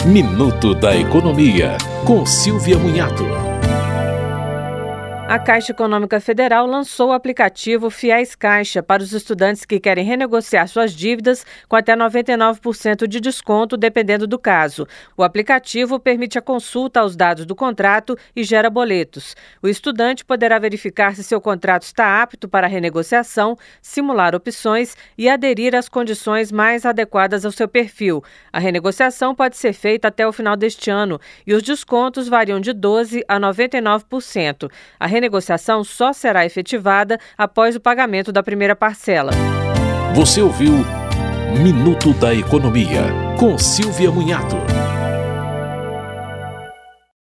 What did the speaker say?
Minuto da Economia, com Silvia Munhato. A Caixa Econômica Federal lançou o aplicativo Fiéis Caixa para os estudantes que querem renegociar suas dívidas com até 99% de desconto, dependendo do caso. O aplicativo permite a consulta aos dados do contrato e gera boletos. O estudante poderá verificar se seu contrato está apto para renegociação, simular opções e aderir às condições mais adequadas ao seu perfil. A renegociação pode ser feita até o final deste ano e os descontos variam de 12% a 99%. A renegociação só será efetivada após o pagamento da primeira parcela. Você ouviu Minuto da Economia, com Silvia Munhato.